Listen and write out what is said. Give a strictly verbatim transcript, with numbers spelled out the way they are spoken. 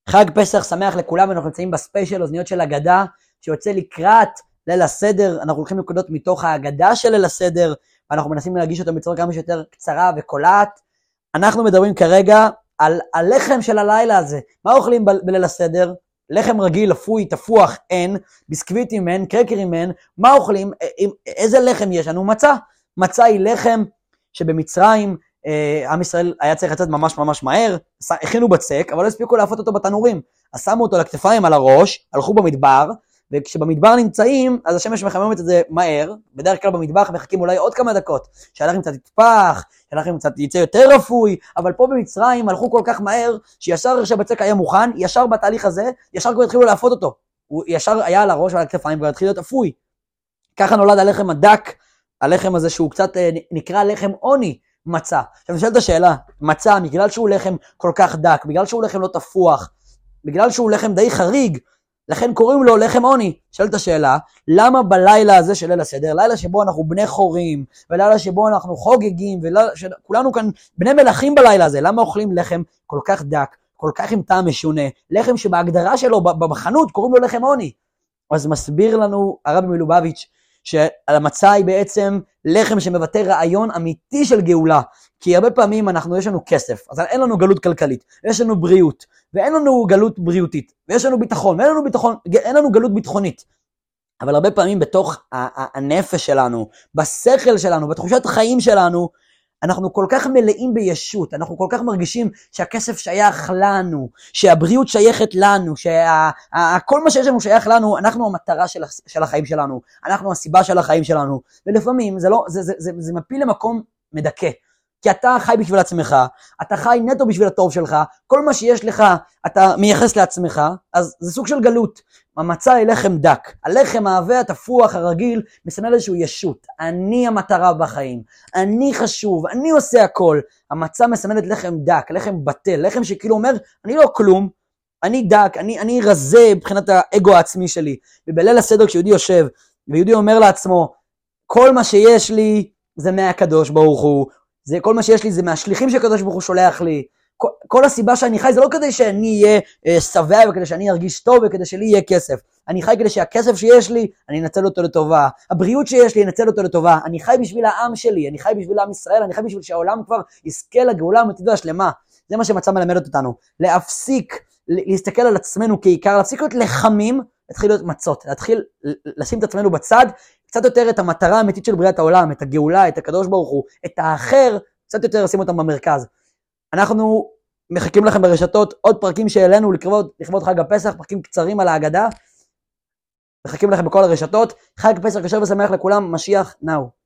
חג פסח שמח לכולם, אנחנו נמצאים בספיישל אוזניות של אגדה, שיוצא לקראת ליל הסדר. אנחנו הולכים נקודות מתוך האגדה של ליל הסדר, ואנחנו מנסים להגיש אותו בצורה כמה שיותר קצרה וקולעת. אנחנו מדברים כרגע על הלחם של הלילה הזה. מה אוכלים ב- בליל הסדר? לחם רגיל, אפוי, תפוח, אין, ביסקוויטים אין, קרקרים אין. מה אוכלים? איזה לחם יש לנו? מצה. מצה היא לחם שבמצרים אה, עם ישראל היה צריך לצאת ממש ממש מהר, הכינו בצק, אבל לא הספיקו להפות אותו בתנורים. אז שמו אותו לכתפיים על הראש, הלכו במדבר, וכשבמדבר נמצאים, אז השמש מחממת את זה מהר, בדרך כלל במדבר מחכים אולי עוד כמה דקות, שהלחם קצת יתפח, שהלחם קצת יצא יותר רפוי, אבל פה במצרים הלכו כל כך מהר, שישר כשהבצק היה מוכן, ישר בתהליך הזה, ישר כבר התחילו להפות אותו. הוא ישר היה על הראש ועל הכתפיים, כבר התחיל להיות אפוי. ככה נולד הלחם הדק, הלחם הזה שהוא קצת נקרא לחם עוני, מצה. עכשיו נשאלת השאלה, מצה, בגלל שהוא לחם כל כך דק, בגלל שהוא לחם לא תפוח, בגלל שהוא לחם די חריג, לכן קוראים לו לחם עוני. נשאלת השאלה, למה בלילה הזה של ליל הסדר, לילה שבו אנחנו בני חורים, ולילה שבו אנחנו חוגגים, וכולנו כאן בני מלכים בלילה הזה, למה אוכלים לחם כל כך דק, כל כך עם טעם משונה, לחם שבהגדרה שלו בחנות קוראים לו לחם עוני? אז מסביר לנו הרבי מלובביץ' שהמצה היא בעצם לחם שמבטא רעיון אמיתי של גאולה, כי הרבה פעמים אנחנו, יש לנו כסף, אז אין לנו גלות כלכלית, יש לנו בריאות, ואין לנו גלות בריאותית, ויש לנו ביטחון, ואין לנו ביטחון, אין לנו גלות ביטחונית, אבל הרבה פעמים בתוך הנפש שלנו, בשכל שלנו, בתחושת החיים שלנו, אנחנו כל כך מלאים בישות, אנחנו כל כך מרגישים שהכסף שייך לנו, שהבריאות שייכת לנו, שכל מה שיש לנו שייך לנו, אנחנו המטרה של, של החיים שלנו, אנחנו הסיבה של החיים שלנו, ולפעמים זה, לא, זה, זה, זה, זה מפיל למקום מדכא, כי אתה חי בשביל עצמך, אתה חי נטו בשביל הטוב שלך, כל מה שיש לך אתה מייחס לעצמך, אז זה סוג של גלות. המצה היא לחם דק, הלחם העבה, התפוח, הרגיל, מסמל איזשהו ישות, אני המטרה בחיים, אני חשוב, אני עושה הכל. המצה מסמלת לחם דק, לחם בטל, לחם שכאילו אומר, אני לא כלום, אני דק, אני, אני רזה מבחינת האגו העצמי שלי. ובליל הסדר כשיהודי יושב, ויהודי אומר לעצמו, כל מה שיש לי זה מהקדוש ברוך הוא, זה כל מה שיש לי זה מהשליחים שהקדוש ברוך הוא שולח לי, כל, כל הסיבה שאני חי זה לא כדי שאני אהיה אה, שבע וכדי שאני ארגיש טוב וכדי שלי יהיה כסף, אני חי כדי שהכסף שיש לי אני אנצל אותו לטובה, הבריאות שיש לי אני אנצל אותו לטובה, אני חי בשביל העם שלי, אני חי בשביל עם ישראל, אני חי בשביל שהעולם כבר יזכה לגאולה האמיתית והשלמה. זה מה שמצה מלמדת אותנו, להפסיק להסתכל על עצמנו כעיקר, להפסיק להיות לחמים, להתחיל להיות מצות, להתחיל לשים את עצמנו בצד, קצת יותר את המטרה האמיתית של בריאת העולם, את הגאולה, את הקדוש ברוך הוא, את האחר, קצת יותר לשים אותם במרכז. אנחנו מחכים לכם ברשתות עוד פרקים שאלינו לכבוד, לכבוד חג הפסח, פרקים קצרים על ההגדה, מחכים לכם בכל הרשתות. חג פסח כשר ושמח לכולם, משיח נאו.